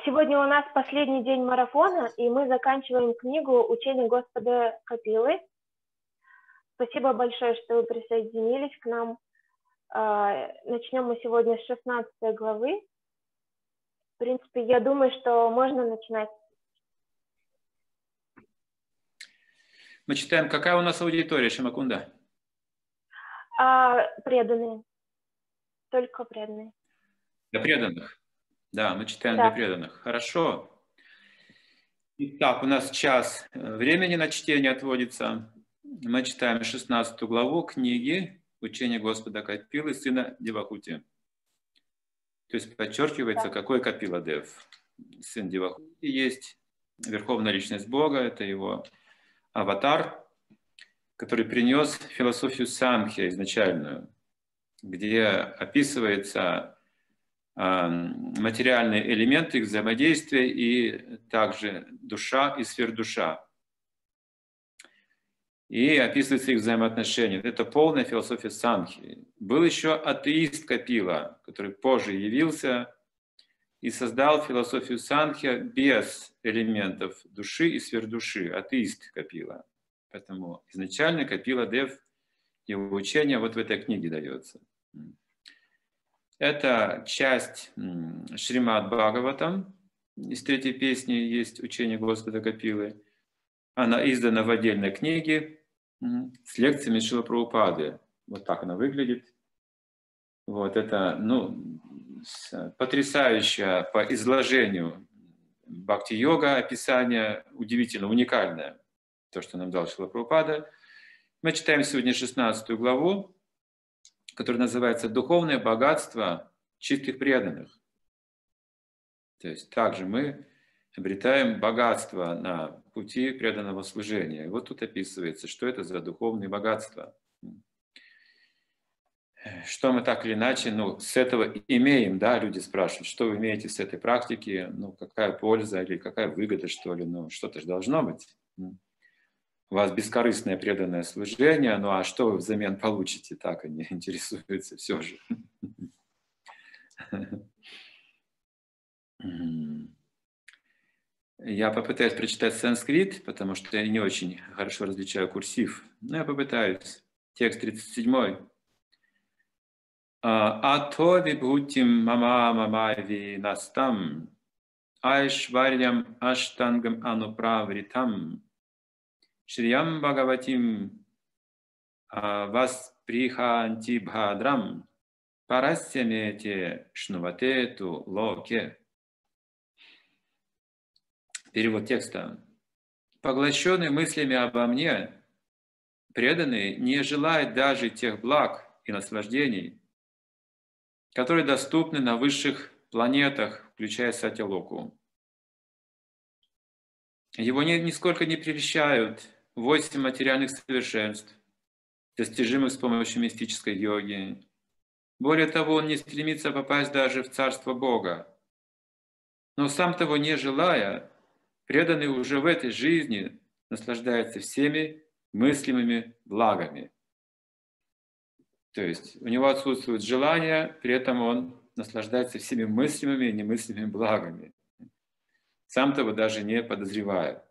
Сегодня у нас последний день марафона, и мы заканчиваем книгу «Учение Господа Капилы». Спасибо большое, что вы присоединились к нам. Начнем мы сегодня с 16 главы. В принципе, я думаю, что можно начинать. Мы читаем, какая у нас аудитория, Шимакунда? Преданные. Только преданные. Для преданных. Да, мы читаем Да. для преданных. Хорошо. Итак, у нас час времени на чтение отводится. Мы читаем 16 главу книги «Учение Господа Капилы, сына Девахути». То есть подчеркивается, какой Капила Дев. Сын Девахути есть, верховная личность Бога, это его аватар, который принес философию Самхи изначальную, где описывается материальные элементы их взаимодействия и также душа и сверхдуша. И описывается их взаимоотношения. Это полная философия Самхи. Был еще атеист Капила, который позже явился и создал философию Самхи без элементов души и сверхдуши. Атеист Капила. Поэтому изначально Капила Дев, его учение вот в этой книге дается. Это часть Шримад Бхагаватам. Из третьей песни есть учение Господа Капилы. Она издана в отдельной книге с лекциями Шрилы Прабхупады. Вот так она выглядит. Вот это, потрясающее по изложению бхакти-йога описание, удивительно, уникальное. То, что нам дал Шрила Прабхупада. Мы читаем сегодня 16 главу, который называется «Духовное богатство чистых преданных». То есть также мы обретаем богатство на пути преданного служения. И вот тут описывается, что это за духовные богатства. Что мы так или иначе с этого имеем, да, люди спрашивают, что вы имеете с этой практики, какая польза или какая выгода, что ли, что-то же должно быть. У вас бескорыстное преданное служение, а что вы взамен получите, так они интересуются все же. Я попытаюсь прочитать санскрит, потому что я не очень хорошо различаю курсив. Но я попытаюсь. Текст 37. Ато вибхутим мама мамави настам айшварьям аштангам ануправритам шриям бхагаватим васприханти бхадрам парасьямете шнуватету локе. Перевод текста. Поглощенный мыслями обо мне, преданный не желает даже тех благ и наслаждений, которые доступны на высших планетах, включая Сатьялоку. Его нисколько не прельщают 8 материальных совершенств, достижимых с помощью мистической йоги. Более того, он не стремится попасть даже в Царство Бога. Но сам того не желая, преданный уже в этой жизни наслаждается всеми мыслимыми благами. То есть у него отсутствует желание, при этом он наслаждается всеми мыслимыми и немыслимыми благами, сам того даже не подозревая.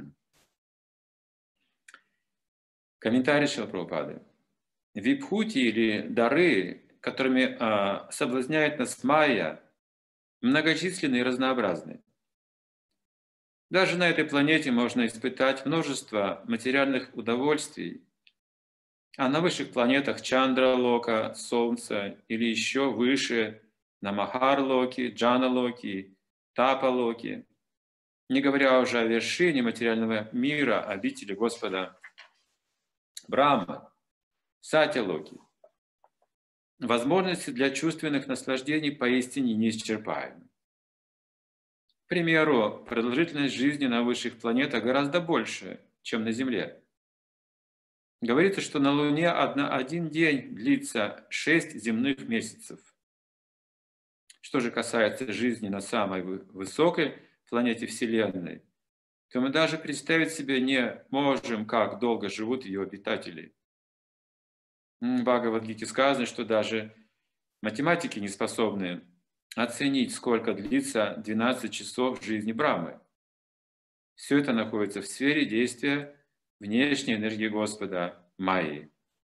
Комментарий Шрилы Прабхупады. Вибхути или дары, которыми соблазняет нас майя, многочисленны и разнообразны. Даже на этой планете можно испытать множество материальных удовольствий, а на высших планетах Чандра-лока, Солнца или еще выше на Махар-локе, Джана-локе, Тапа-локе, не говоря уже о вершине материального мира, обители Господа Брахмы, Сатья-локе. Возможности для чувственных наслаждений поистине неисчерпаемы. К примеру, продолжительность жизни на высших планетах гораздо больше, чем на Земле. Говорится, что на Луне один день длится 6 земных месяцев. Что же касается жизни на самой высокой планете Вселенной, то мы даже представить себе не можем, как долго живут ее обитатели. В Бхагавад-гите сказано, что даже математики не способны оценить, сколько длится 12 часов жизни Брахмы. Все это находится в сфере действия внешней энергии Господа Майи.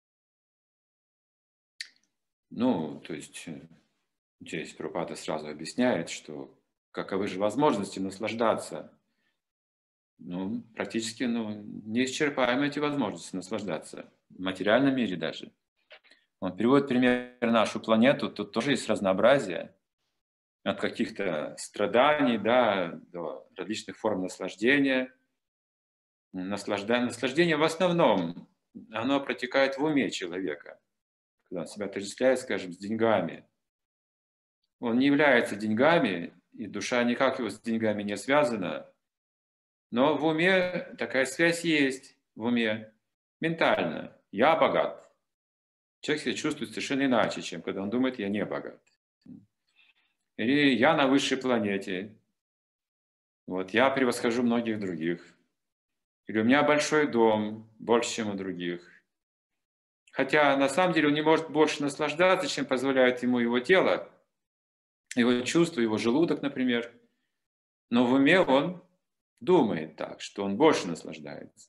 Ну, то есть здесь Прабхупада сразу объясняет, что каковы же возможности наслаждаться. Ну, практически неисчерпаемы эти возможности наслаждаться. В материальном мире даже. Он приводит пример нашу планету, тут тоже есть разнообразие. От каких-то страданий, да, до различных форм наслаждения. Наслаждение в основном, оно протекает в уме человека, когда он себя отождествляет, скажем, с деньгами. Он не является деньгами, и душа никак его с деньгами не связана, но в уме такая связь есть, в уме, ментально. Я богат. Человек себя чувствует совершенно иначе, чем когда он думает, я не богат. Или я на высшей планете. Вот, я превосхожу многих других. Или у меня большой дом, больше, чем у других. Хотя на самом деле он не может больше наслаждаться, чем позволяет ему его тело, его чувства, его желудок, например. Но в уме он думает так, что он больше наслаждается.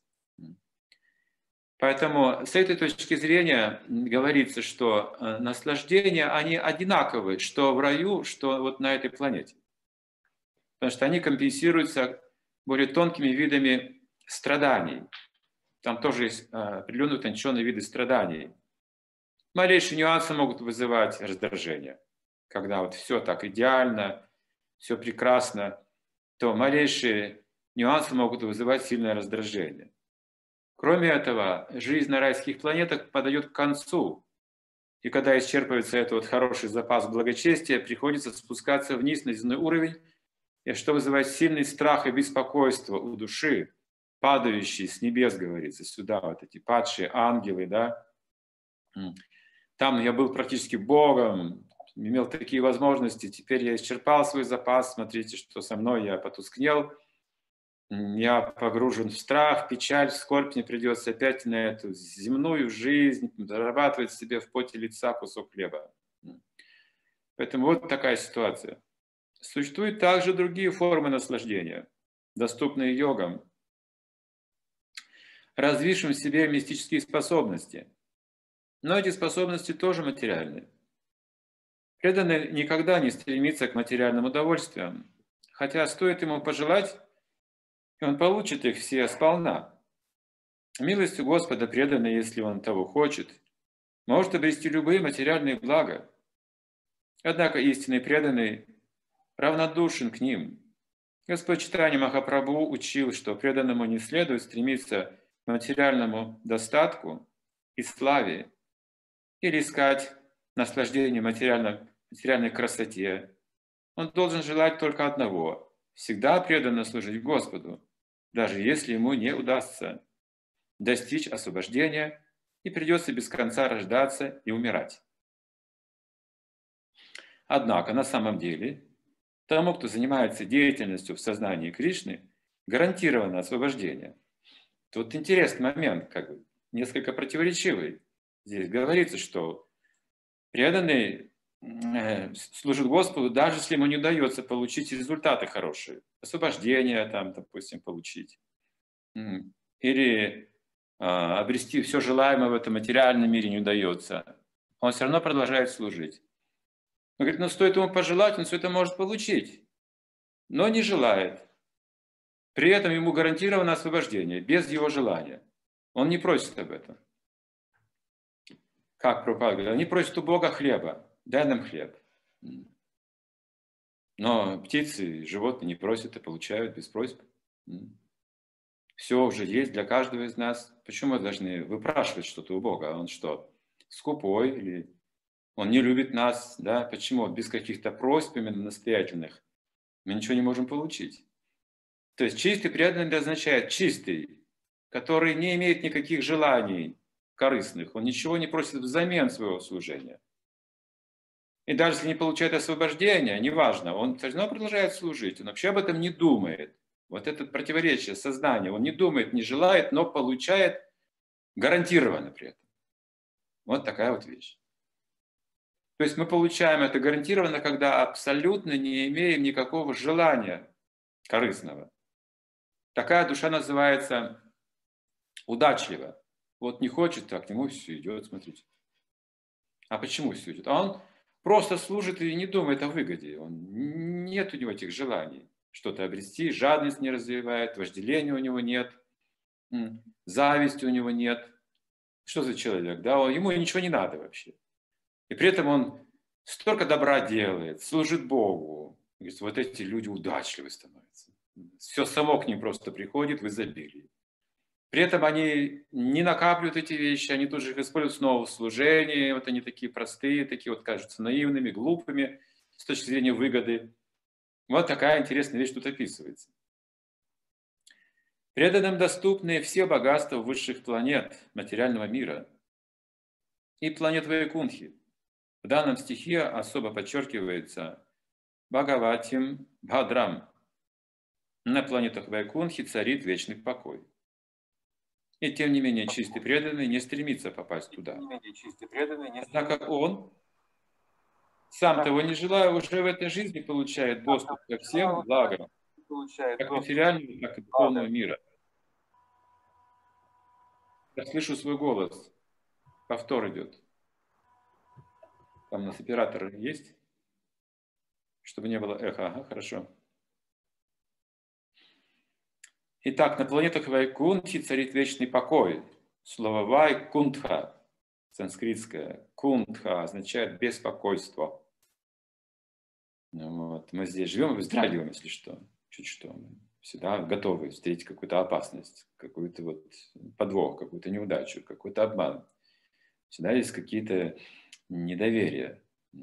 Поэтому с этой точки зрения говорится, что наслаждения, они одинаковые, что в раю, что вот на этой планете. Потому что они компенсируются более тонкими видами страданий. Там тоже есть определенные утонченные виды страданий. Малейшие нюансы могут вызывать раздражение. Когда вот все так идеально, все прекрасно, то малейшие нюансы могут вызывать сильное раздражение. Кроме этого, жизнь на райских планетах подойдет к концу. И когда исчерпывается этот вот хороший запас благочестия, приходится спускаться вниз на земной уровень, и что вызывает сильный страх и беспокойство у души, падающие с небес, говорится, сюда, вот эти падшие ангелы, да. Там я был практически Богом, имел такие возможности, теперь я исчерпал свой запас, смотрите, что со мной, я потускнел, я погружен в страх, печаль, скорбь, мне придется опять на эту земную жизнь, зарабатывать себе в поте лица кусок хлеба. Поэтому вот такая ситуация. Существуют также другие формы наслаждения, доступные йогам, развившим в себе мистические способности. Но эти способности тоже материальны. Преданный никогда не стремится к материальным удовольствиям, хотя стоит ему пожелать, и он получит их все сполна. Милостью Господа преданный, если он того хочет, может обрести любые материальные блага. Однако истинный преданный равнодушен к ним. Господь Чайтанья Махапрабху учил, что преданному не следует стремиться к материальному достатку и славе или искать наслаждение материальной красоте. Он должен желать только одного – всегда преданно служить Господу, даже если ему не удастся достичь освобождения и придется без конца рождаться и умирать. Однако на самом деле тому, кто занимается деятельностью в сознании Кришны, гарантировано освобождение. Тут интересный момент, несколько противоречивый. Здесь говорится, что преданный служит Господу, даже если ему не удается получить результаты хорошие. Освобождение, там, допустим, получить. Или обрести все желаемое в этом материальном мире не удается. Он все равно продолжает служить. Он говорит, стоит ему пожелать, он все это может получить, но не желает. При этом ему гарантировано освобождение, без его желания. Он не просит об этом. Как Прабхупада говорит, они просят у Бога хлеба, дай нам хлеб. Но птицы, животные не просят и получают без просьб. Все уже есть для каждого из нас. Почему мы должны выпрашивать что-то у Бога? Он что, скупой или он не любит нас? Да? Почему? Без каких-то просьб именно настоятельных мы ничего не можем получить. То есть чистый преданный означает чистый, который не имеет никаких желаний корыстных. Он ничего не просит взамен своего служения. И даже если не получает освобождения, неважно, он все равно продолжает служить. Он вообще об этом не думает. Вот это противоречие сознания. Он не думает, не желает, но получает гарантированно при этом. Вот такая вот вещь. То есть мы получаем это гарантированно, когда абсолютно не имеем никакого желания корыстного. Такая душа называется удачлива. Вот не хочет, так к нему все идет, смотрите. А почему все идет? А он просто служит и не думает о выгоде. Нет у него этих желаний что-то обрести, жадность не развивает, вожделения у него нет, зависти у него нет. Что за человек? Да? Ему ничего не надо вообще. И при этом он столько добра делает, служит Богу. Говорит, вот эти люди удачливы становятся. Все само к ним просто приходит в изобилии. При этом они не накапливают эти вещи, они тут же их используют снова в служении. Вот они такие простые, такие вот кажутся наивными, глупыми с точки зрения выгоды. Вот такая интересная вещь тут описывается. Преданным доступны все богатства высших планет материального мира и планет Вайкунтхи. В данном стихе особо подчеркивается Бхагаватим Бхадрам. На планетах Вайкунтхи царит вечный покой. И тем не менее чистый преданный не стремится попасть туда. Однако он, сам того не желая, уже в этой жизни получает доступ ко всем благам, как материальному, так и духовного мира. Я слышу свой голос. Повтор идет. Там у нас оператор есть? Чтобы не было эха. Ага, хорошо. Итак, на планетах Вайкунтхи царит вечный покой. Слово Вайкунтха, санскритское, кунтха означает беспокойство. Вот. Мы здесь живем и вздрагиваем, если что. Чуть что. Мы всегда готовы встретить какую-то опасность, какой-то вот подвох, какую-то неудачу, какой-то обман. Всегда есть какие-то недоверия.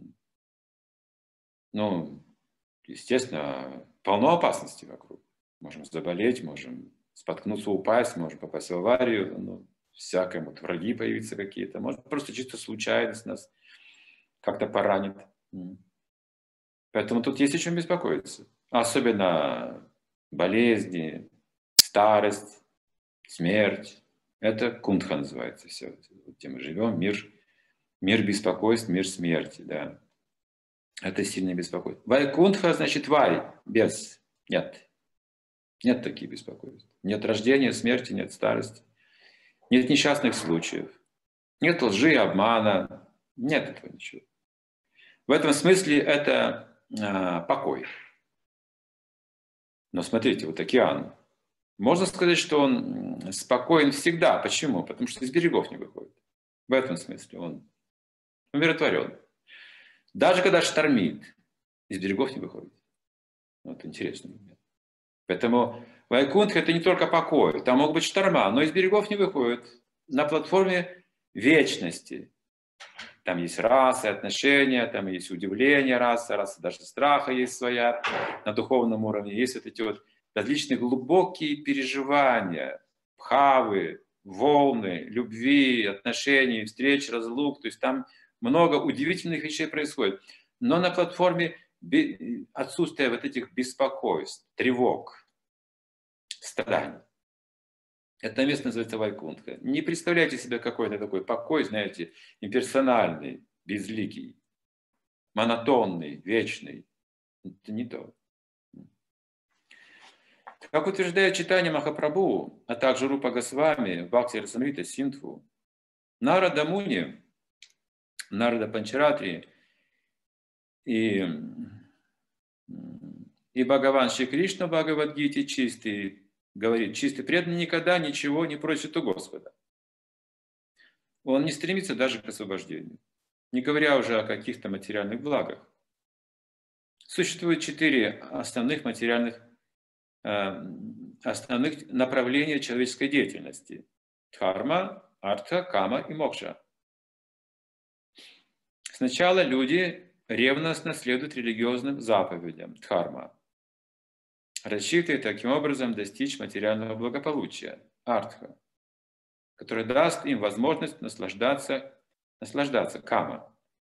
Ну, естественно, полно опасностей вокруг. Можем заболеть, можем споткнуться, упасть, можем попасть в аварию, ну, всякое, вот враги появятся какие-то. Может, просто чисто случайность нас как-то поранит. Поэтому тут есть о чем беспокоиться. Особенно болезни, старость, смерть. Это кунтха называется все. Где мы живем, мир беспокойств, мир смерти. Да. Это сильное беспокойство. Вайкунтха значит вай, без, нет. Нет таких беспокойств. Нет рождения, смерти, нет старости. Нет несчастных случаев. Нет лжи, обмана. Нет этого ничего. В этом смысле это покой. Но смотрите, вот океан. Можно сказать, что он спокоен всегда. Почему? Потому что из берегов не выходит. В этом смысле он умиротворен. Даже когда штормит, из берегов не выходит. Вот интересный момент. Поэтому Вайкунтха это не только покой. Там могут быть шторма, но из берегов не выходит. На платформе вечности. Там есть расы, отношения, там есть удивление раса даже страха есть своя на духовном уровне. Есть вот эти вот различные глубокие переживания, бхавы, волны, любви, отношений, встреч, разлук. То есть там много удивительных вещей происходит. Но на платформе отсутствие вот этих беспокойств, тревог, страданий. Это место называется Вайкунтха. Не представляйте себе какой-то такой покой, знаете, имперсональный, безликий, монотонный, вечный. Это не то. Как утверждает читание Махапрабху, а также Рупа Госвами, Бхакти Расамрита Синдху, Нарада Муни, Нарада Панчаратри и Бхагаван Шри Кришна в Бхагавад-гите чистый говорит, чистый преданный никогда ничего не просит у Господа. Он не стремится даже к освобождению, не говоря уже о каких-то материальных благах. Существует 4 основных направления человеческой деятельности. Дхарма, артха, кама и мокша. Сначала люди ревностно следуют религиозным заповедям, дхарма, рассчитывая таким образом достичь материального благополучия, артха, который даст им возможность наслаждаться, кама.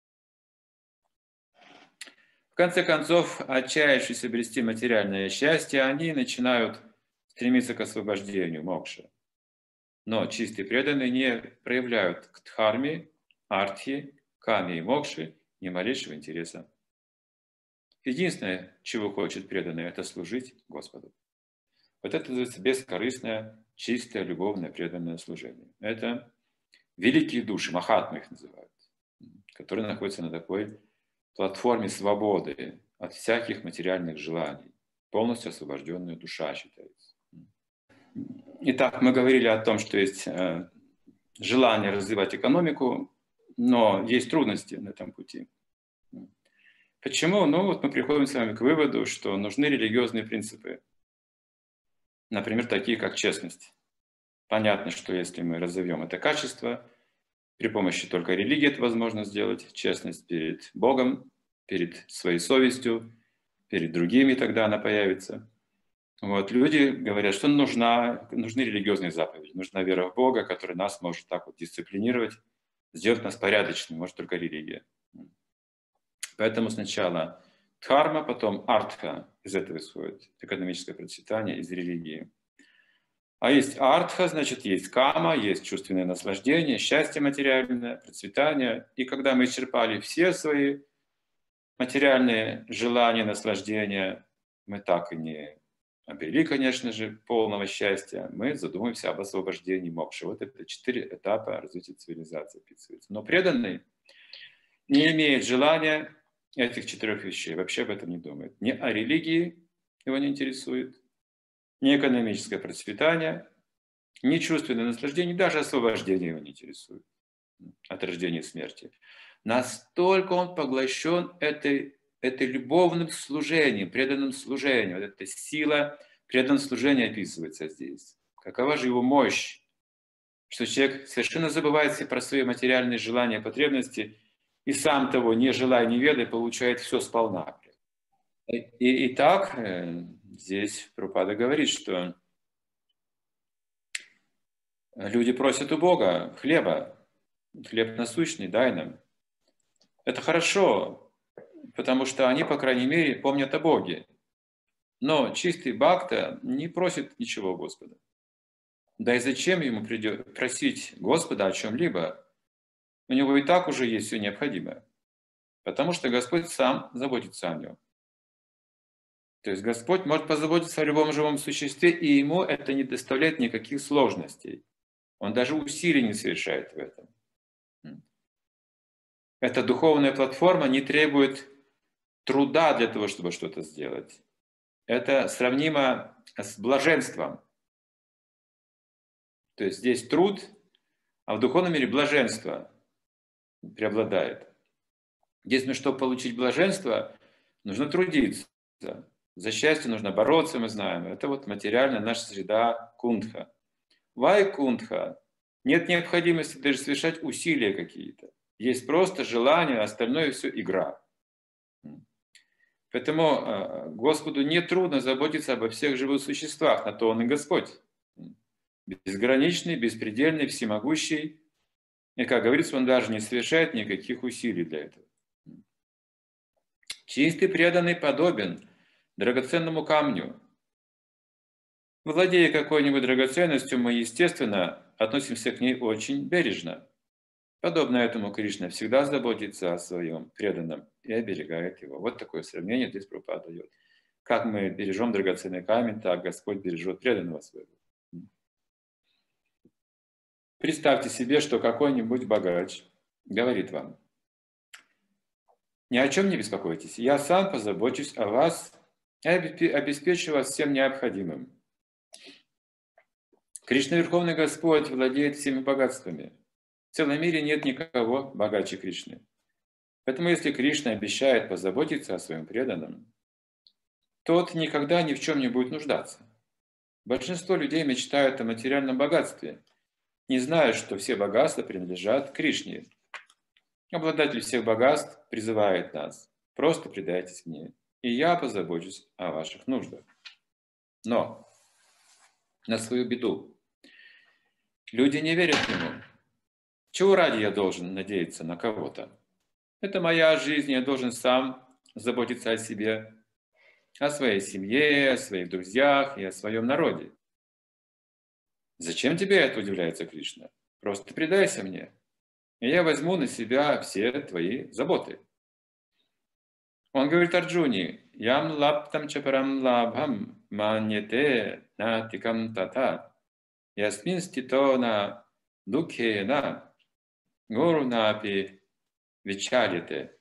В конце концов, отчаявшись обрести материальное счастье, они начинают стремиться к освобождению, мокша. Но чистые преданные не проявляют к дхарме, артхе, каме и мокше ни малейшего интереса. Единственное, чего хочет преданный, это служить Господу. Вот это называется бескорыстное, чистое, любовное, преданное служение. Это великие души, махатмы их называют, которые находятся на такой платформе свободы от всяких материальных желаний. Полностью освобожденная душа считается. Итак, мы говорили о том, что есть желание развивать экономику, но есть трудности на этом пути. Почему? Ну вот мы приходим с вами к выводу, что нужны религиозные принципы. Например, такие как честность. Понятно, что если мы разовьем это качество, при помощи только религии это возможно сделать, честность перед Богом, перед своей совестью, перед другими, тогда она появится. Вот, люди говорят, что нужны религиозные заповеди, нужна вера в Бога, которая нас может так вот дисциплинировать, сделать нас порядочными, может только религия. Поэтому сначала дхарма, потом артха, из этого исходит экономическое процветание, из религии. А есть артха, значит, есть кама, есть чувственное наслаждение, счастье материальное, процветание. И когда мы исчерпали все свои материальные желания, наслаждения, мы так и не обрели, конечно же, полного счастья, мы задумаемся об освобождении мокши. Вот это 4 этапа развития цивилизации описывается. Но преданный не имеет желания этих 4 вещей, вообще об этом не думает. Ни о религии его не интересует, ни экономическое процветание, ни чувственное наслаждение, даже освобождение его не интересует от рождения и смерти. Настолько он поглощен этой любовным служением, преданным служением. Вот эта сила преданного служения описывается здесь. Какова же его мощь, что человек совершенно забывает про свои материальные желания, потребности, и сам того, не желая, не ведая, получает все сполна. И так здесь Прабхупада говорит, что люди просят у Бога хлеба, хлеб насущный, дай нам. Это хорошо, потому что они, по крайней мере, помнят о Боге. Но чистый бхакта не просит ничего у Господа. Да и зачем ему просить Господа о чем-либо? У него и так уже есть все необходимое. Потому что Господь сам заботится о нем. То есть Господь может позаботиться о любом живом существе, и ему это не доставляет никаких сложностей. Он даже усилий не совершает в этом. Эта духовная платформа не требует труда для того, чтобы что-то сделать. Это сравнимо с блаженством. То есть здесь труд, а в духовном мире блаженство преобладает. Здесь, чтобы получить блаженство, нужно трудиться. За счастье нужно бороться, мы знаем. Это вот материальная наша среда кундха. Вай-кундха. Нет необходимости даже совершать усилия какие-то. Есть просто желание, а остальное все игра. Поэтому Господу не трудно заботиться обо всех живых существах, на то Он и Господь. Безграничный, беспредельный, всемогущий. И, как говорится, Он даже не совершает никаких усилий для этого. Чистый преданный подобен драгоценному камню. Владея какой-нибудь драгоценностью, мы, естественно, относимся к ней очень бережно. Подобно этому Кришна всегда заботится о своем преданном и оберегает его. Вот такое сравнение здесь Прабхупада дает. Как мы бережем драгоценный камень, так Господь бережет преданного своего. Представьте себе, что какой-нибудь богач говорит вам: ни о чем не беспокойтесь, я сам позабочусь о вас и обеспечу вас всем необходимым. Кришна Верховный Господь владеет всеми богатствами. В целом мире нет никого богаче Кришны. Поэтому если Кришна обещает позаботиться о своем преданном, тот никогда ни в чем не будет нуждаться. Большинство людей мечтают о материальном богатстве, не зная, что все богатства принадлежат Кришне. Обладатель всех богатств призывает нас: просто предайтесь мне, и я позабочусь о ваших нуждах. Но на свою беду люди не верят ему. Чего ради я должен надеяться на кого-то? Это моя жизнь, я должен сам заботиться о себе, о своей семье, о своих друзьях и о своем народе. Зачем тебе это, удивляется Кришна? Просто предайся мне, и я возьму на себя все твои заботы. Он говорит Арджуне: «Ям лаптам чапарам лабхам маньете натикам тата ясмин ститона дукхена гурунапи вичарите».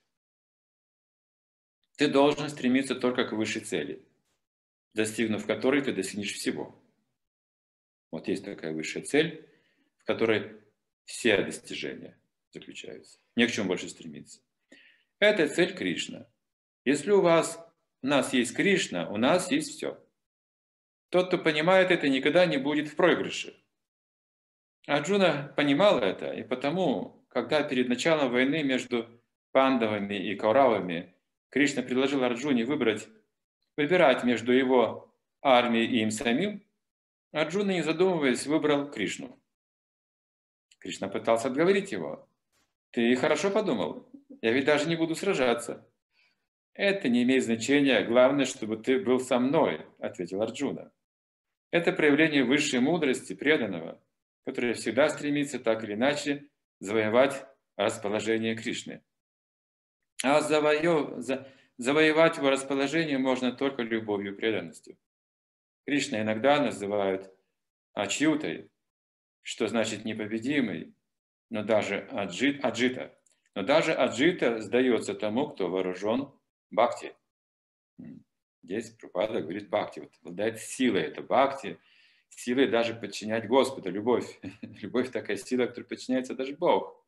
Ты должен стремиться только к высшей цели, достигнув которой ты достигнешь всего. Вот есть такая высшая цель, в которой все достижения заключаются. Не к чему больше стремиться. Это цель Кришна. Если у нас есть Кришна, у нас есть все. Тот, кто понимает это, никогда не будет в проигрыше. Арджуна понимал это, и потому, когда перед началом войны между пандавами и кауравами Кришна предложил Арджуне выбирать между его армией и им самим, Арджуна, не задумываясь, выбрал Кришну. Кришна пытался отговорить его. «Ты хорошо подумал? Я ведь даже не буду сражаться». «Это не имеет значения, главное, чтобы ты был со мной», — ответил Арджуна. Это проявление высшей мудрости преданного, который всегда стремится так или иначе завоевать расположение Кришны. А завоевать его расположение можно только любовью и преданностью. Кришна иногда называют ачьютой, что значит непобедимый, но даже аджита. Но даже аджита сдается тому, кто вооружен бхакти. Здесь Прабхупада говорит бхакти. Вот обладает силой, это бхакти, силой даже подчинять Господа, любовь. Любовь такая сила, которая подчиняется даже Богу.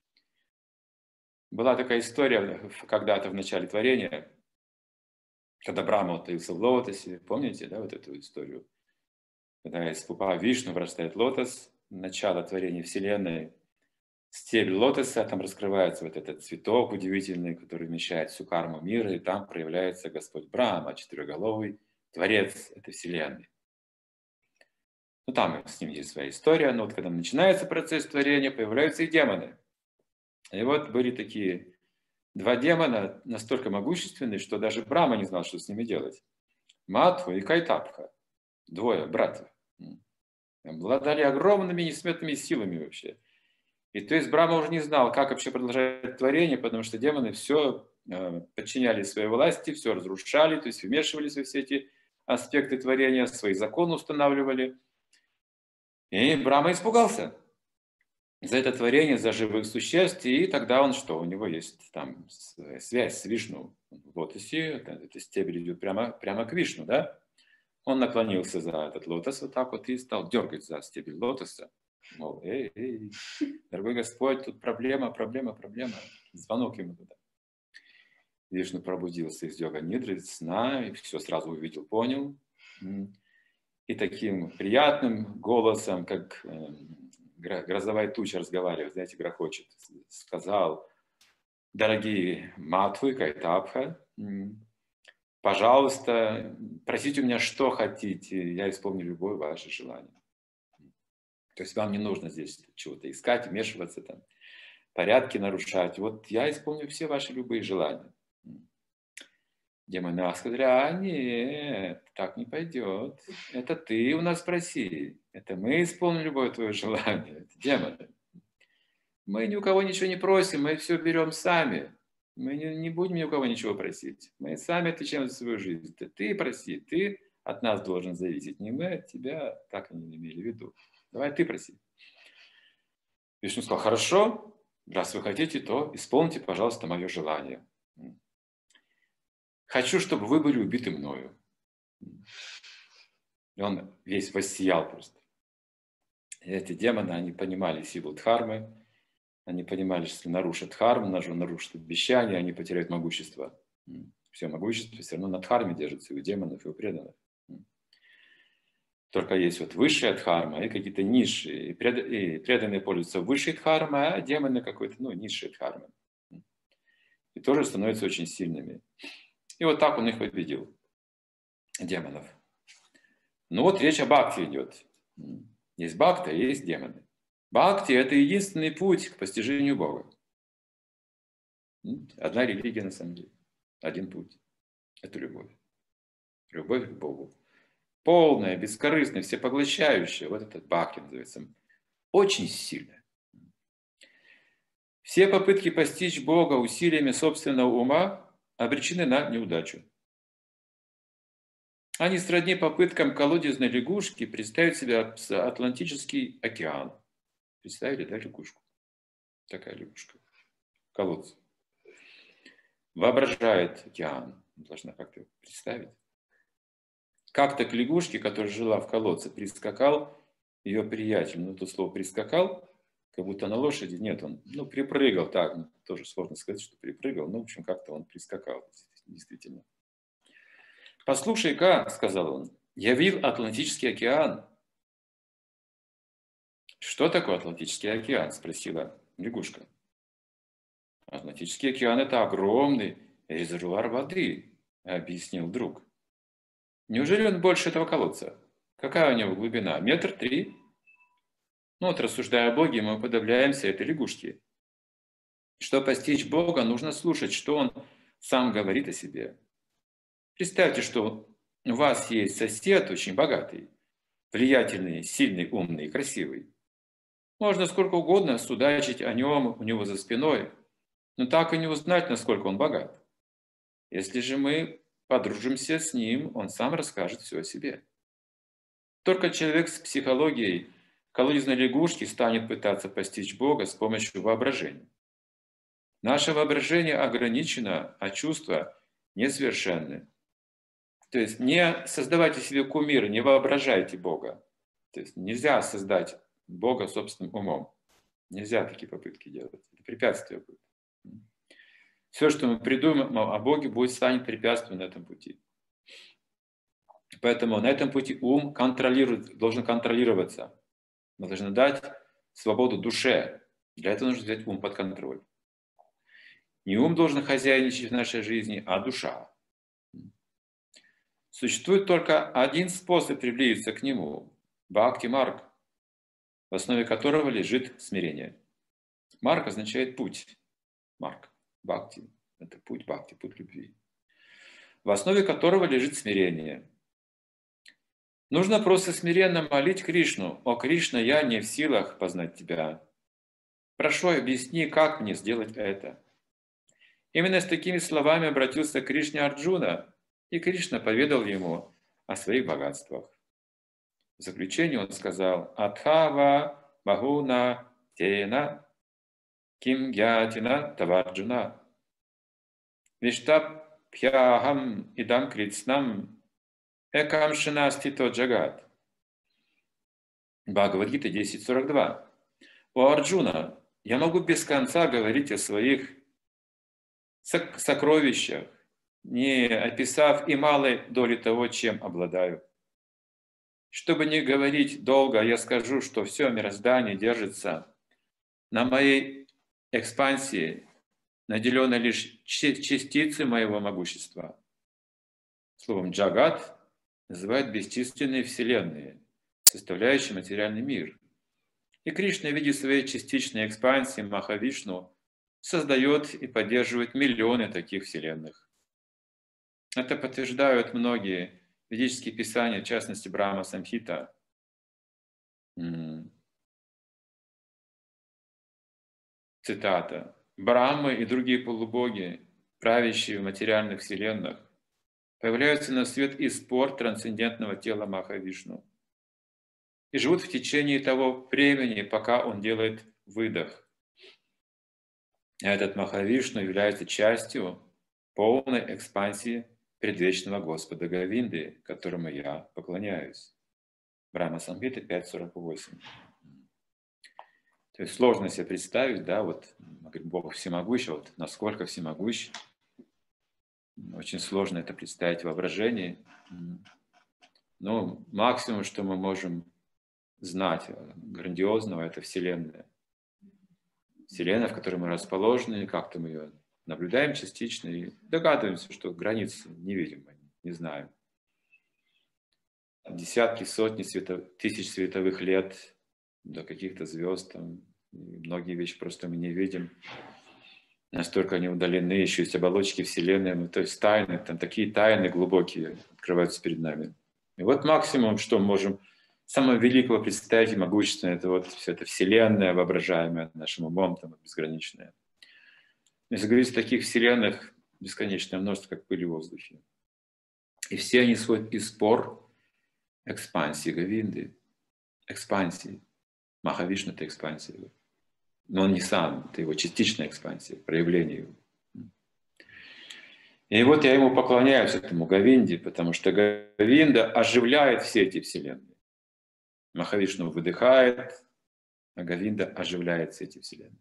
Была такая история когда-то в начале творения, когда Брахма утаился в лотосе. Помните, да, вот эту историю? Когда из пупа Вишну вырастает лотос, начало творения Вселенной, стебель лотоса, там раскрывается вот этот цветок удивительный, который вмещает всю карму мира, и там проявляется Господь Брахма, четырехголовый творец этой Вселенной. Ну, там с ним есть своя история, но вот когда начинается процесс творения, появляются и демоны. И вот были такие два демона, настолько могущественные, что даже Брахма не знал, что с ними делать. Матху и Кайтапха, двое братьев, обладали огромными несметными силами вообще. И то есть Брахма уже не знал, как вообще продолжать творение, потому что демоны все подчиняли своей власти, все разрушали, то есть вмешивались во все эти аспекты творения, свои законы устанавливали. И Брахма испугался за это творение, за живых существ, и тогда он что? У него есть там связь с Вишну в лотосе, этот стебель идет прямо к Вишну, да? Он наклонился за этот лотос вот так вот и стал дергать за стебель лотоса. Мол, эй, дорогой Господь, тут проблема. Звонок ему туда. Вишну пробудился из йога-нидры, сна, и все сразу увидел, понял. И таким приятным голосом, как грозовая туча разговаривает, знаете, грохочет, сказал: дорогие Матху и Кайтапха, пожалуйста, просите у меня, что хотите, я исполню любое ваше желание. То есть вам не нужно здесь чего-то искать, вмешиваться, там, порядки нарушать. Вот я исполню все ваши любые желания. Демоны сказали: нет, так не пойдет. Это ты у нас проси. Это мы исполним любое твое желание. Это демоны. Мы ни у кого ничего не просим, мы все берем сами. Мы не будем ни у кого ничего просить. Мы сами отвечаем за свою жизнь. Это ты проси, ты от нас должен зависеть. Не мы от тебя, так они не имели в виду. Давай ты проси. Вишну сказал: хорошо, раз вы хотите, то исполните, пожалуйста, мое желание. Хочу, чтобы вы были убиты мною. И он весь воссиял просто. И эти демоны, они понимали силу дхармы, они понимали, что если нарушат дхарму, нарушат обещания, они потеряют могущество. Все могущество все равно на дхарме держится и у демонов, и у преданных. Только есть вот высшая дхарма и какие-то низшие. И преданные пользуются высшей дхармой, а демоны какой-то, низшей дхармой. И тоже становятся очень сильными. И вот так он их победил, демонов. Ну вот речь о бхакти идет. Есть бхакти, а есть демоны. Бхакти – это единственный путь к постижению Бога. Одна религия на самом деле. Один путь. Это любовь. Любовь к Богу. Полная, бескорыстная, всепоглощающая. Вот этот бхакти называется. Очень сильная. Все попытки постичь Бога усилиями собственного ума обречены на неудачу. Они сродни попыткам колодезной лягушки представить себе Атлантический океан. Представили, да, лягушку? Такая лягушка. Колодец. Воображает океан. Должна как-то представить. Как-то к лягушке, которая жила в колодце, прискакал ее приятель. Ну, тут слово «прискакал», как будто на лошади. Нет, он, припрыгал. Так, тоже сложно сказать, что припрыгал. В общем, как-то он прискакал, действительно. «Послушай-ка», — сказал он, — «я видел Атлантический океан». «Что такое Атлантический океан?» — спросила лягушка. «Атлантический океан — это огромный резервуар воды», — объяснил друг. «Неужели он больше этого колодца? Какая у него глубина? 1,3 метра? Рассуждая о Боге, мы уподобляемся этой лягушке. Чтобы постичь Бога, нужно слушать, что Он сам говорит о себе. Представьте, что у вас есть сосед очень богатый, влиятельный, сильный, умный и красивый. Можно сколько угодно судачить о нем у него за спиной, но так и не узнать, насколько он богат. Если же мы подружимся с ним, он сам расскажет все о себе. Только человек с психологией колодезной лягушки станет пытаться постичь Бога с помощью воображения. Наше воображение ограничено, а чувства несовершенны. То есть не создавайте себе кумира, не воображайте Бога. То есть нельзя создать Бога собственным умом. Нельзя такие попытки делать. Это препятствие будет. Все, что мы придумаем о Боге, станет препятствием на этом пути. Поэтому на этом пути ум должен контролироваться. Мы должны дать свободу душе. Для этого нужно взять ум под контроль. Не ум должен хозяйничать в нашей жизни, а душа. Существует только один способ приблизиться к нему – бхакти-марг, в основе которого лежит смирение. Марг означает путь. Марг. Бхакти – это путь бхакти, путь любви. В основе которого лежит смирение. Нужно просто смиренно молить Кришну: «О Кришна, я не в силах познать Тебя. Прошу, объясни, как мне сделать это». Именно с такими словами обратился к Кришне Арджуна, и Кришна поведал ему о своих богатствах. В заключение он сказал: «Атхава бахуна тена ким гьятина таварджуна виштабхьяхам идам критснам экам шинастито джагат». Бхагавад-гита 10.42. «О Арджуна, я могу без конца говорить о своих сокровищах, не описав и малой доли того, чем обладаю. Чтобы не говорить долго, я скажу, что все мироздание держится на моей экспансии, наделенной лишь частицей моего могущества». Словом «джагат» называют бесчисленные вселенные, составляющие материальный мир. И Кришна в виде своей частичной экспансии Махавишну создает и поддерживает миллионы таких вселенных. Это подтверждают многие ведические писания, в частности Брахма Самхита. Цитата: «Брахмы и другие полубоги, правящие в материальных вселенных, появляются на свет из спор трансцендентного тела Махавишну и живут в течение того времени, пока он делает выдох. Этот Махавишну является частью полной экспансии предвечного Господа Говинды, которому я поклоняюсь». Брахма Самхита 5.48. То есть сложно себе представить, да, вот, мы говорим, Бог всемогущий, вот насколько всемогущ. Очень сложно это представить в воображении. Но максимум, что мы можем знать грандиозного, это Вселенная. Вселенная, в которой мы расположены, как-то мы ее наблюдаем частично и догадываемся, что границ не видим, не знаем. Десятки, сотни тысяч световых лет до каких-то звезд, там, многие вещи просто мы не видим. Настолько они удалены, еще есть оболочки Вселенной, то есть тайны, там такие тайны глубокие открываются перед нами. И вот максимум, что мы можем самого великого представить и могущественного, это вот все это Вселенная, воображаемая нашим умом, там, безграничная. Если говорить о таких вселенных, бесконечное множество, как пыль в воздухе. И все они исходят из спор экспансии Говинды, экспансии. Махавишну — это экспансия. Но он не сам, это его частичная экспансия, проявление его. И вот я ему поклоняюсь, этому Говинде, потому что Говинда оживляет все эти вселенные. Махавишну выдыхает, а Говинда оживляет все эти вселенные.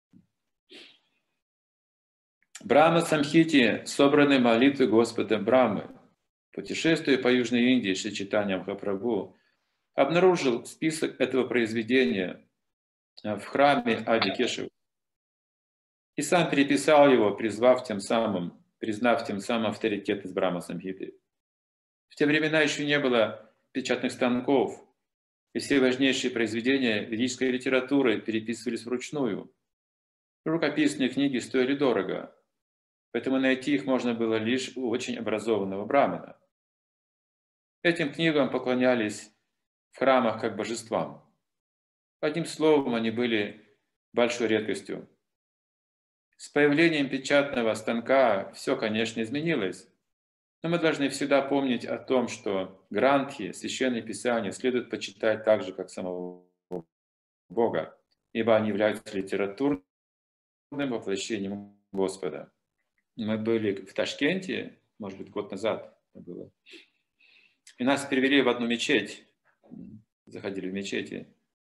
Брахма Самхите собраны молитвы Господа Брамы. Путешествуя по Южной Индии, Шри Чайтанья Махапрабху обнаружил список этого произведения в храме Ади Кешева и сам переписал его, признав тем самым авторитет из Брахма Самхиты. В те времена еще не было печатных станков, и все важнейшие произведения ведической литературы переписывались вручную. Рукописные книги стоили дорого, поэтому найти их можно было лишь у очень образованного брамана. Этим книгам поклонялись в храмах как божествам. Одним словом, они были большой редкостью. С появлением печатного станка все, конечно, изменилось, но мы должны всегда помнить о том, что грантхи, священные писания, следует почитать так же, как самого Бога, ибо они являются литературным воплощением Господа. Мы были в Ташкенте, может быть, год назад это было, и нас перевели в одну мечеть, заходили в мечети.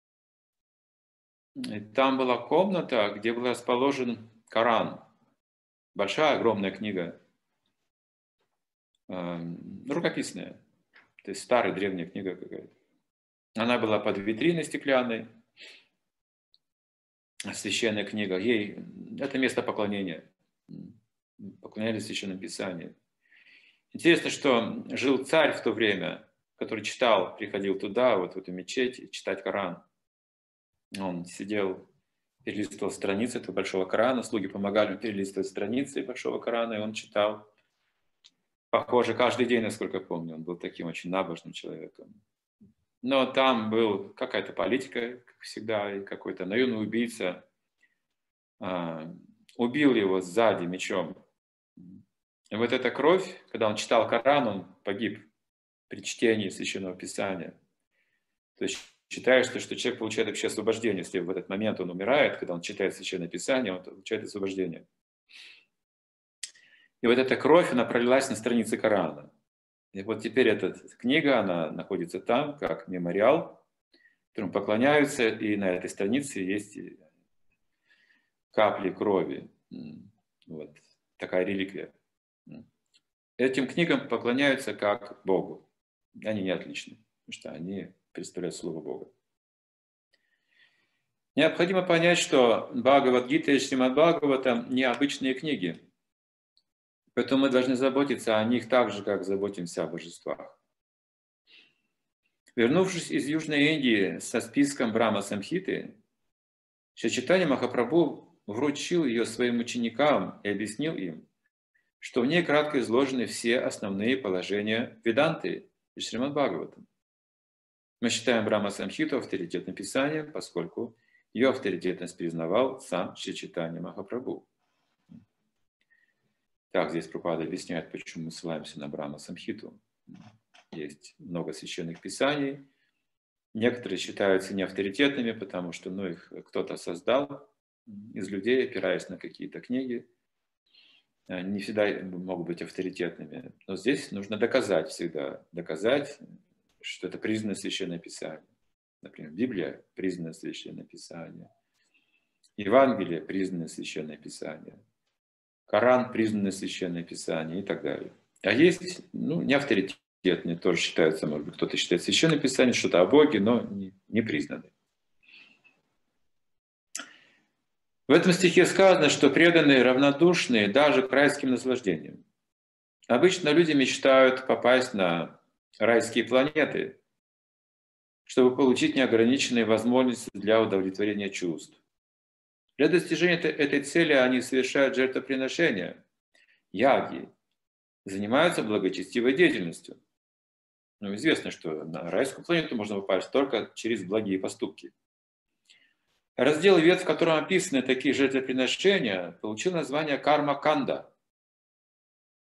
И там была комната, где был расположен Коран, большая, огромная книга, рукописная, то есть старая, древняя книга какая-то. Она была под витриной стеклянной, священная книга. Ей это место поклонения. Поклонялись священному писанию. Интересно, что жил царь в то время, который читал, приходил туда, вот в эту мечеть, читать Коран. Он сидел, перелистывал страницы этого большого Корана, слуги помогали ему перелистывать страницы большого Корана, и он читал. Похоже, каждый день, насколько я помню, он был таким очень набожным человеком. Но там был какая-то политика, как всегда, и какой-то наемный убийца убил его сзади мечом. И вот эта кровь, когда он читал Коран, он погиб при чтении Священного Писания. То есть считается, что человек получает вообще освобождение, если в этот момент он умирает, когда он читает Священное Писание, он получает освобождение. И вот эта кровь, она пролилась на странице Корана. И вот теперь эта книга, она находится там, как мемориал, которому поклоняются, и на этой странице есть капли крови. Вот такая реликвия. Этим книгам поклоняются как Богу. Они не отличны, потому что они представляют Слово Бога. Необходимо понять, что Бхагавад-гита и Шримад Бхагаватам не обычные книги. Поэтому мы должны заботиться о них так же, как заботимся о божествах. Вернувшись из Южной Индии со списком Брахма Самхиты, Шри Чайтанья Махапрабху вручил ее своим ученикам и объяснил им, что в ней кратко изложены все основные положения Веданты и Шримад Бхагаватам. Мы считаем Брахма Самхиту авторитетным писанием, поскольку ее авторитетность признавал сам Шри Чайтанья Махапрабху. Так, здесь Прабхупада объясняет, почему мы ссылаемся на Брахма Самхиту. Есть много священных писаний. Некоторые считаются неавторитетными, потому что их кто-то создал из людей, опираясь на какие-то книги. Не всегда могут быть авторитетными. Но здесь нужно доказать всегда. Доказать, что это признанное священное писание. Например, Библия – признанное священное писание. Евангелие – признанное священное писание. Коран – признанное священное писание и так далее. А есть неавторитетные, тоже считаются, может быть, кто-то считает священное писание, что-то о Боге, но не признанные. В этом стихе сказано, что преданные равнодушные даже к райским наслаждениям. Обычно люди мечтают попасть на райские планеты, чтобы получить неограниченные возможности для удовлетворения чувств. Для достижения этой цели они совершают жертвоприношения, яги, занимаются благочестивой деятельностью. Известно, что на райскую планету можно попасть только через благие поступки. Раздел Вед, в котором описаны такие жертвоприношения, получил название Карма-канда.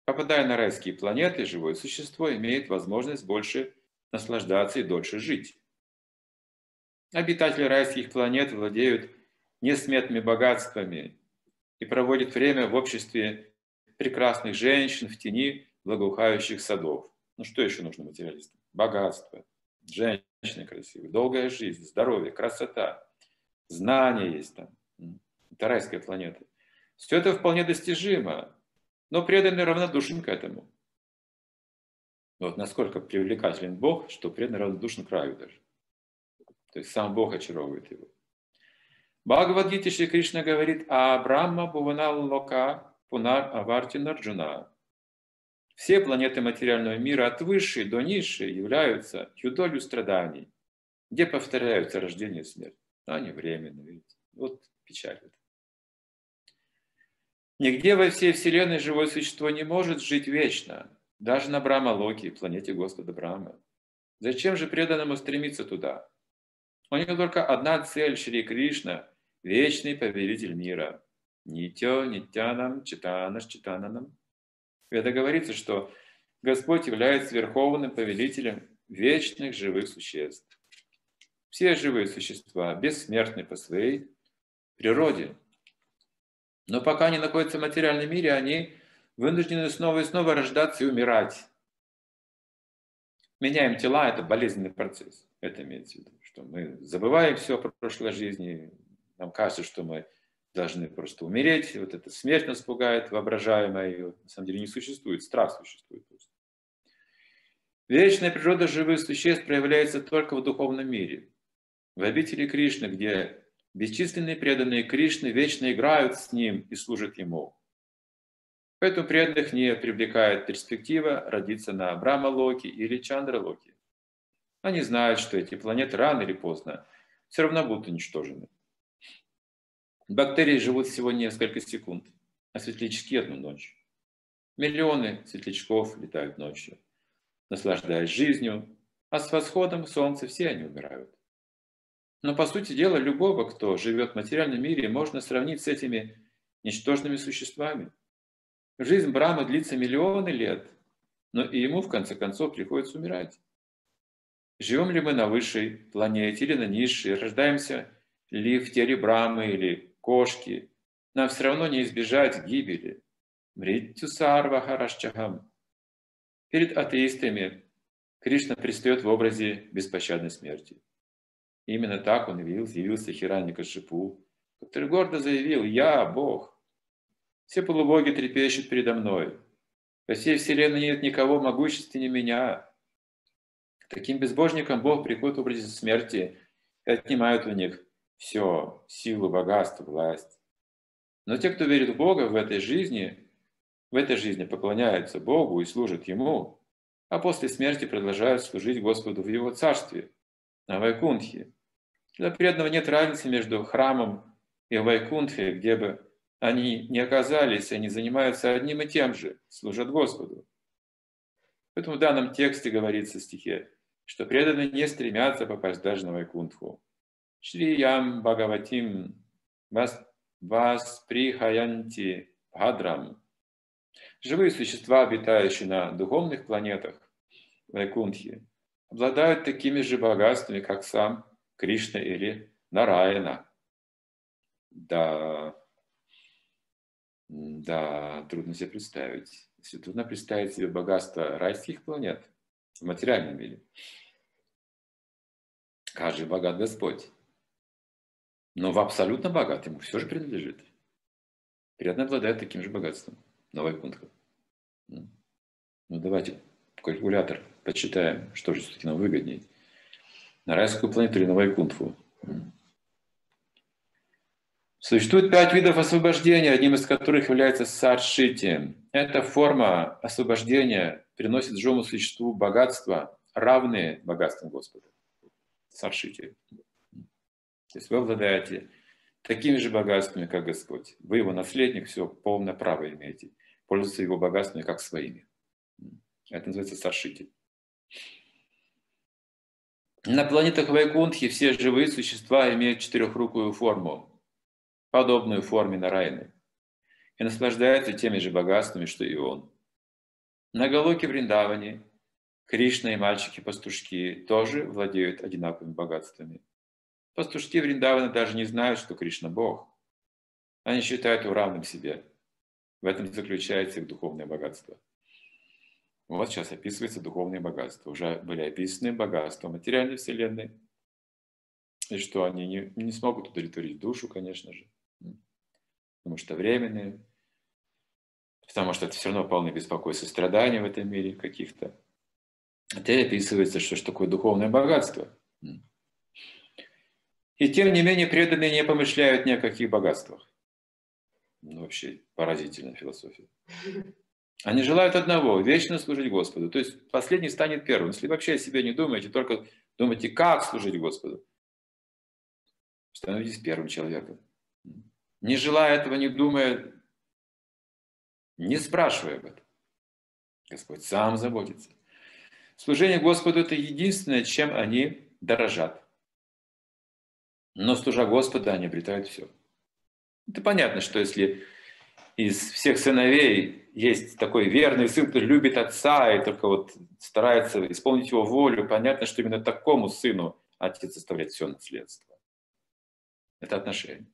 Попадая на райские планеты, живое существо имеет возможность больше наслаждаться и дольше жить. Обитатели райских планет владеют несметными богатствами и проводят время в обществе прекрасных женщин в тени благоухающих садов. Ну что еще нужно материалистам? Богатство, женщины красивые, долгая жизнь, здоровье, красота, знания есть там. Это райская планета. Все это вполне достижимо, но преданный равнодушен к этому. Вот насколько привлекателен Бог, что преданный равнодушен к раю даже. То есть сам Бог очаровывает его. Бхагавад-гите Шри Кришна говорит: «А Брахма Бхуванал Лока Пунар Аварти Нарджуна». Все планеты материального мира от высшей до низшей являются юдолью страданий, где повторяются рождение и смерть. Они временны, видите. Вот печаль. Нигде во всей Вселенной живое существо не может жить вечно, даже на Брахма-локе, планете Господа Брахмы. Зачем же преданному стремиться туда? У него только одна цель — Шри Кришна, вечный повелитель мира. Нитё, нитянам, читанаш, читананам. Это говорится, что Господь является верховным повелителем вечных живых существ. Все живые существа бессмертны по своей природе. Но пока они находятся в материальном мире, они вынуждены снова и снова рождаться и умирать. Меняем тела — это болезненный процесс. Это имеется в виду, что мы забываем все про прошлой жизни, нам кажется, что мы должны просто умереть, вот эта смерть нас пугает, воображаемая ее, на самом деле не существует, страх существует просто. Вечная природа живых существ проявляется только в духовном мире. В обители Кришны, где бесчисленные преданные Кришны вечно играют с Ним и служат Ему. Поэтому преданных не привлекает перспектива родиться на Брахма-локе или Чандра-локе. Они знают, что эти планеты рано или поздно все равно будут уничтожены. Бактерии живут всего несколько секунд, а светлячки — одну ночь. Миллионы светлячков летают ночью, наслаждаясь жизнью, а с восходом солнца все они умирают. Но, по сути дела, любого, кто живет в материальном мире, можно сравнить с этими ничтожными существами. Жизнь Брахмы длится миллионы лет, но и ему, в конце концов, приходится умирать. Живем ли мы на высшей планете или на низшей, рождаемся ли в теле Брахмы или кошки, нам все равно не избежать гибели. Мритью сарва харашчахам. Перед атеистами Кришна предстает в образе беспощадной смерти. Именно так он явился Хираньякашипу, который гордо заявил: «Я Бог. Все полубоги трепещут передо мной. Во всей вселенной нет никого могущественнее меня». К таким безбожникам Бог приходит в образе смерти и отнимает у них все: силу, богатство, власть. Но те, кто верит в Бога в этой жизни поклоняются Богу и служат Ему, а после смерти продолжают служить Господу в Его царстве, на Вайкунтхе. Для преданного нет разницы между храмом и Вайкунтхой, где бы они ни оказались, они занимаются одним и тем же, служат Господу. Поэтому в данном тексте говорится в стихе, что преданные не стремятся попасть даже на Вайкунтху. Шриям Бхагаватим Васприхаянти Бхадрам. Живые существа, обитающие на духовных планетах Вайкунтхи, обладают такими же богатствами, как сам Кришна или Нараяна. Да, трудно себе представить. Трудно представить себе богатство райских планет в материальном мире. Каждый богат Господь. Но в абсолютно богат ему все же принадлежит. Преданный обладает таким же богатством на Вайкунтхе. Ну давайте калькулятор подсчитаем, что же все-таки нам выгоднее. На райскую планету или на Вайкунтху. Существует 5 видов освобождения, одним из которых является садшити. Эта форма освобождения приносит живому существу богатства, равные богатствам Господа. Садшити. То есть вы обладаете такими же богатствами, как Господь. Вы его наследник, все, полное право имеете. Пользоваться его богатствами как своими. Это называется садшити. На планетах Вайкунтхи все живые существа имеют четырехрукую форму, подобную форме Нараяны, и наслаждаются теми же богатствами, что и он. На Галоке Вриндаване Кришна и мальчики-пастушки тоже владеют одинаковыми богатствами. Пастушки Вриндавана даже не знают, что Кришна Бог. Они считают его равным себе. В этом заключается их духовное богатство. Вот сейчас описывается духовное богатство. Уже были описаны богатства материальной вселенной. И что они не смогут удовлетворить душу, конечно же. Потому что временные. Потому что это все равно полное беспокойство, страдания в этом мире каких-то. Теперь описывается, что такое духовное богатство. И тем не менее преданные не помышляют ни о каких богатствах. Ну, вообще поразительная философия. Они желают одного – вечно служить Господу. То есть последний станет первым. Если вообще о себе не думаете, только думаете, как служить Господу, становитесь первым человеком. Не желая этого, не думая, не спрашивая об этом. Господь сам заботится. Служение Господу – это единственное, чем они дорожат. Но служа Господу, они обретают все. Это понятно, что если из всех сыновей есть такой верный сын, который любит отца и только вот старается исполнить его волю, понятно, что именно такому сыну отец оставляет все наследство. Это отношение.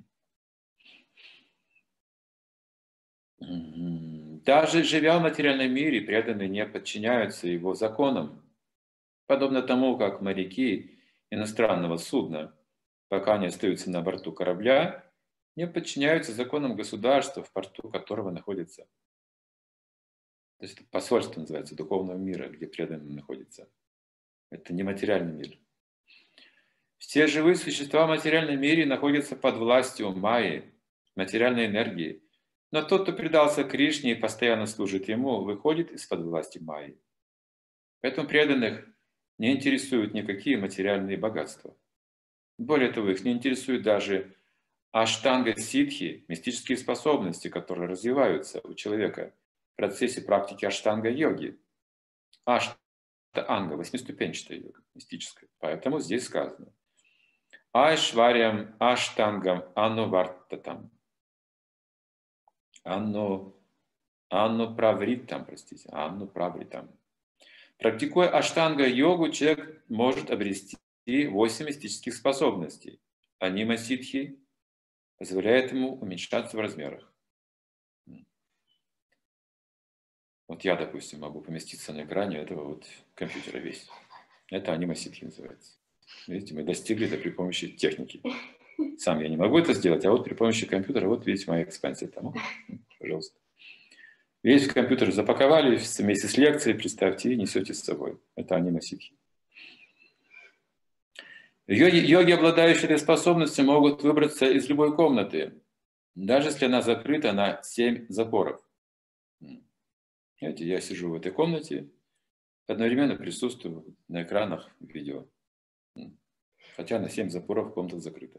Даже живя в материальном мире, преданные не подчиняются его законам. Подобно тому, как моряки иностранного судна, пока они остаются на борту корабля, не подчиняются законам государства, в порту которого находится. То есть это посольство называется духовного мира, где преданные находятся. Это не материальный мир. Все живые существа в материальном мире находятся под властью майи, материальной энергии. Но тот, кто предался Кришне и постоянно служит ему, выходит из-под власти майи. Поэтому преданных не интересуют никакие материальные богатства. Более того, их не интересуют даже аштанга-ситхи, мистические способности, которые развиваются у человека в процессе практики аштанга-йоги. Аштанга, восьмиступенчатая йога, мистическая. Поэтому здесь сказано Айшварям аштангам анувартатам. Аннуправритам, простите, аннуправритам. Практикуя аштанга-йогу, человек может обрести 8 мистических способностей. Анима-ситхи позволяет ему уменьшаться в размерах. Вот я, допустим, могу поместиться на экране этого вот компьютера весь. Это анима-ситхи называется. Видите, мы достигли это при помощи техники. Сам я не могу это сделать, а вот при помощи компьютера, вот видите, моя экспансия там. Пожалуйста. Весь компьютер запаковали вместе с лекцией, представьте, и несете с собой. Это анима-ситхи. Йоги, обладающие этой способностью, могут выбраться из любой комнаты, даже если она закрыта на 7 запоров. Знаете, я сижу в этой комнате, одновременно присутствую на экранах видео. Хотя на 7 запоров комната закрыта.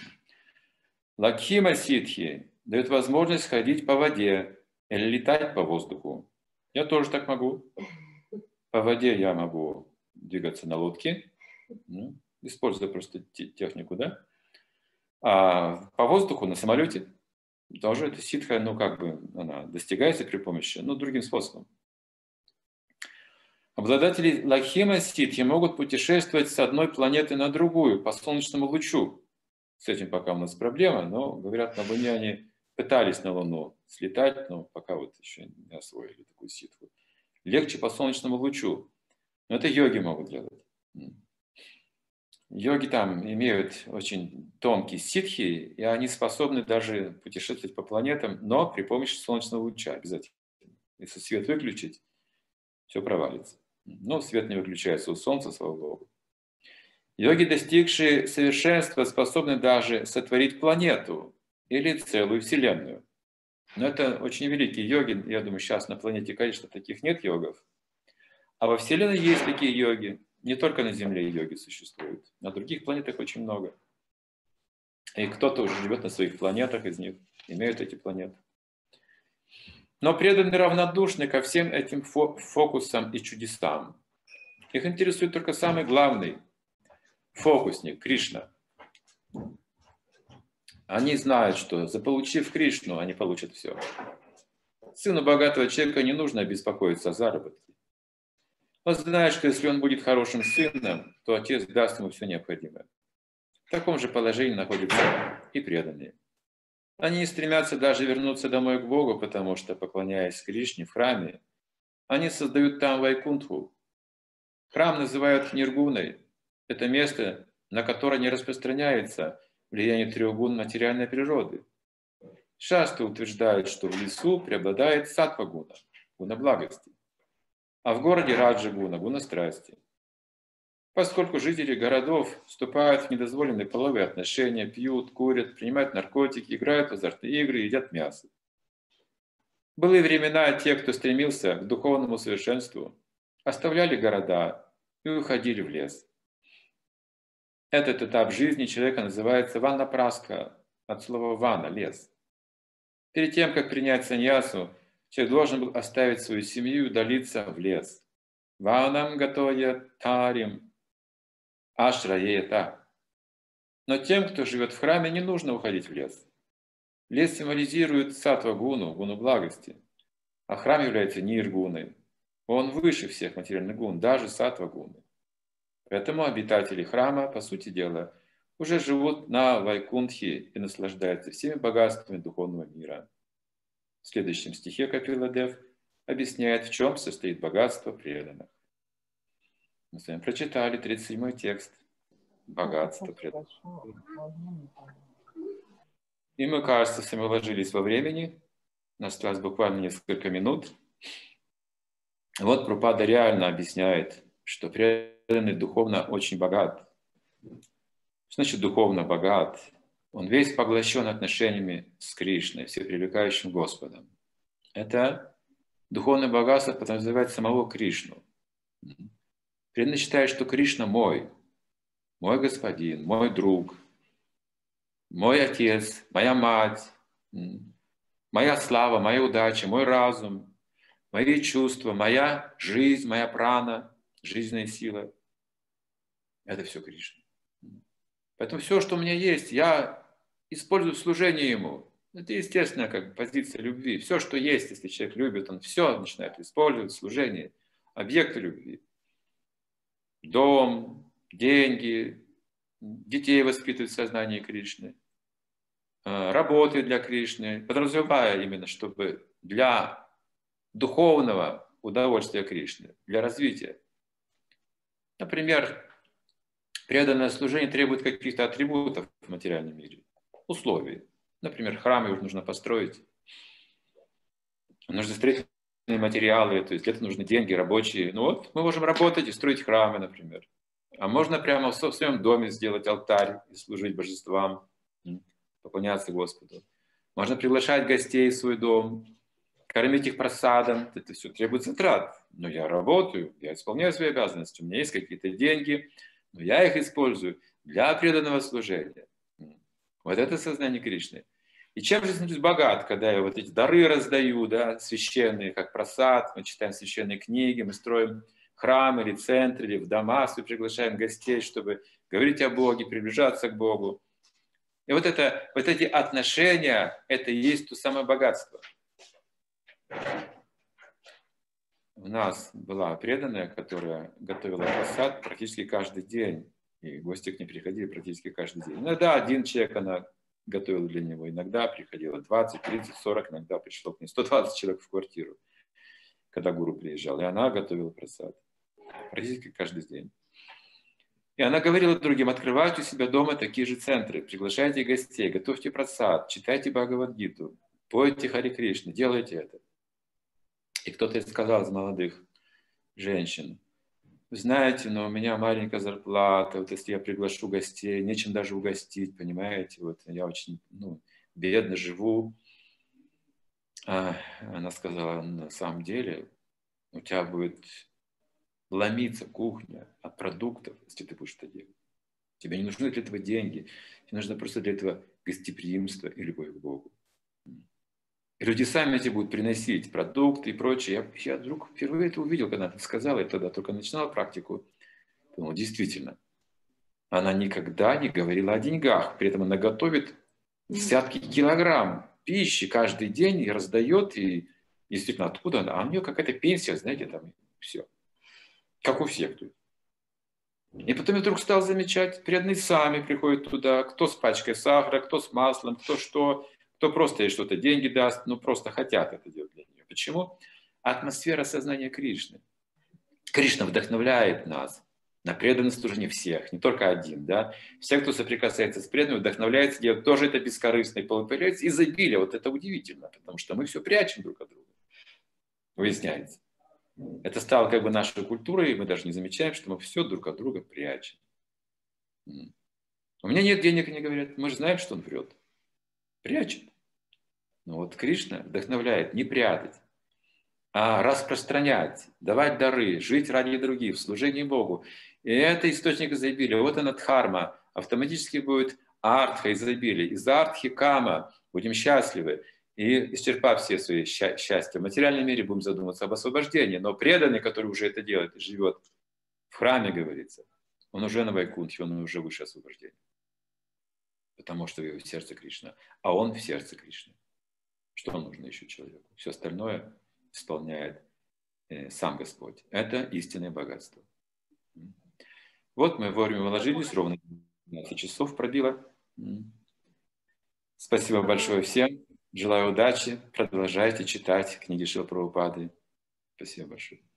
Лакхима-ситхи дает возможность ходить по воде или летать по воздуху. Я тоже так могу. По воде я могу двигаться на лодке, используя просто технику, да? А по воздуху на самолете тоже эта ситха, она достигается при помощи, другим способом. Обладатели лакхима-ситхи могут путешествовать с одной планеты на другую по солнечному лучу. С этим пока у нас проблема, но, говорят, на Луне они пытались на Луну слетать, но пока вот еще не освоили такую ситху. Легче по солнечному лучу. Но это йоги могут делать. Йоги там имеют очень тонкие ситхи, и они способны даже путешествовать по планетам, но при помощи солнечного луча обязательно. Если свет выключить, все провалится. Но свет не выключается у Солнца, слава Богу. Йоги, достигшие совершенства, способны даже сотворить планету или целую Вселенную. Но это очень великие йоги. Я думаю, сейчас на планете, конечно, таких нет йогов. А во Вселенной есть такие йоги. Не только на Земле йоги существуют. На других планетах очень много. И кто-то уже живет на своих планетах из них, имеют эти планеты. Но преданные равнодушны ко всем этим фокусам и чудесам. Их интересует только самый главный фокусник, Кришна. Они знают, что заполучив Кришну, они получат все. Сыну богатого человека не нужно беспокоиться о заработке. Он знает, что если он будет хорошим сыном, то отец даст ему все необходимое. В таком же положении находятся и преданные. Они не стремятся даже вернуться домой к Богу, потому что, поклоняясь Кришне в храме, они создают там Вайкунтху. Храм называют Ниргуной. Это место, на которое не распространяется влияние трех гун материальной природы. Шастры утверждают, что в лесу преобладает саттва-гуна, гуна благости, а в городе раджа-гуна, гуна страсти. Поскольку жители городов вступают в недозволенные половые отношения, пьют, курят, принимают наркотики, играют в азартные игры и едят мясо. В былые времена те, кто стремился к духовному совершенству, оставляли города и уходили в лес. Этот этап жизни человека называется ванна-праска, от слова вана – лес. Перед тем, как принять саньясу, человек должен был оставить свою семью и удалиться в лес. Ванам готовя тарим ашраета. Но тем, кто живет в храме, не нужно уходить в лес. Лес символизирует саттва-гуну, гуну благости, а храм является ниргуной. Он выше всех материальных гун, даже саттва-гуны. Поэтому обитатели храма, по сути дела, уже живут на Вайкунтхе и наслаждаются всеми богатствами духовного мира. В следующем стихе Капила Дев объясняет, в чем состоит богатство преданных. Мы с вами прочитали 37-й текст. Богатство преданных. И мы, кажется, с вами уложились во времени. У нас осталось буквально несколько минут. Вот Прабхупада реально объясняет, что преданный духовно очень богат. Что значит духовно богат? Он весь поглощен отношениями с Кришной, всепривлекающим Господом. Это духовное богатство подразумевает самого Кришну. Преданный считает, что Кришна мой господин, мой друг, мой отец, моя мать, моя слава, моя удача, мой разум, мои чувства, моя жизнь, моя прана, жизненная сила. Это все Кришна. Поэтому все, что у меня есть, я использую в служении Ему. Это естественная позиция любви. Все, что есть, если человек любит, он все начинает использовать в служении. Объекты любви. Дом, деньги, детей воспитывают в сознании Кришны, работают для Кришны, подразумевая именно, чтобы для духовного удовольствия Кришны, для развития. Например, преданное служение требует каких-то атрибутов в материальном мире, условий. Например, храм его нужно построить, нужно строительные материалы, то есть для этого нужны деньги, рабочие. Ну вот, мы можем работать и строить храмы, например. А можно прямо в своем доме сделать алтарь и служить божествам, поклоняться Господу. Можно приглашать гостей в свой дом, кормить их просадом. Это все требует затрат. Но я работаю, я исполняю свои обязанности, у меня есть какие-то деньги, но я их использую для преданного служения. Вот это сознание Кришны. И чем же становлюсь богат, когда я вот эти дары раздаю, да, священные, как просад, мы читаем священные книги, мы строим храмы или центры, или в дома, мы приглашаем гостей, чтобы говорить о Боге, приближаться к Богу. И вот эти отношения, это и есть то самое богатство. У нас была преданная, которая готовила просад практически каждый день. И гости к ней приходили практически каждый день. Иногда один человек она готовила для него, иногда приходило 20, 30, 40, иногда пришло к ней 120 человек в квартиру, когда гуру приезжал. И она готовила просад практически каждый день. И она говорила другим: открывайте у себя дома такие же центры, приглашайте гостей, готовьте просад, читайте Бхагавад-гиту, пойте Хари Кришна, делайте это. И кто-то сказал из молодых женщин: знаете, но у меня маленькая зарплата, вот если я приглашу гостей, нечем даже угостить, понимаете, вот я очень бедно живу. Она сказала: на самом деле у тебя будет ломиться кухня от продуктов, если ты будешь это делать. Тебе не нужны для этого деньги, тебе нужно просто для этого гостеприимство и любовь к Богу. И люди сами тебе будут приносить продукты и прочее. Я вдруг впервые это увидел, когда она сказала, и тогда только начинала практику. Подумал, действительно, она никогда не говорила о деньгах. При этом она готовит десятки килограмм пищи каждый день и раздает, и Действительно, откуда она? А у нее какая-то пенсия, знаете, там все. Как у всех тут. И потом я вдруг стал замечать, преданные сами приходят туда, кто с пачкой сахара, кто с маслом, кто что, кто просто ей что-то деньги даст, ну просто хотят это делать для нее. Почему? Атмосфера сознания Кришны. Кришна вдохновляет нас на преданность уже не всех, не только один, да. Все, кто соприкасается с преданным, вдохновляется делать тоже это бескорыстно, и появляется изобилие. Вот это удивительно, потому что мы все прячем друг от друга, выясняется. Это стало как бы нашей культурой, и мы даже не замечаем, что мы все друг от друга прячем. У меня нет денег, они говорят, мы же знаем, что он врет. Прячет. Но вот Кришна вдохновляет не прятать, а распространять, давать дары, жить ради других, в служении Богу. И это источник изобилия. Вот она дхарма. Автоматически будет артха, изобилие. Из артхи кама будем счастливы. И исчерпав все свои счастья в материальном мире, будем задумываться об освобождении. Но преданный, который уже это делает и живет в храме, говорится, он уже на Вайкунтхе, он уже выше освобождения. Потому что в его сердце Кришна. А он в сердце Кришны. Что нужно еще человеку? Все остальное исполняет сам Господь. Это истинное богатство. Вот мы вовремя уложились, ровно 12 часов пробило. Спасибо большое всем. Желаю удачи. Продолжайте читать книги Шрилы Прабхупады. Спасибо большое.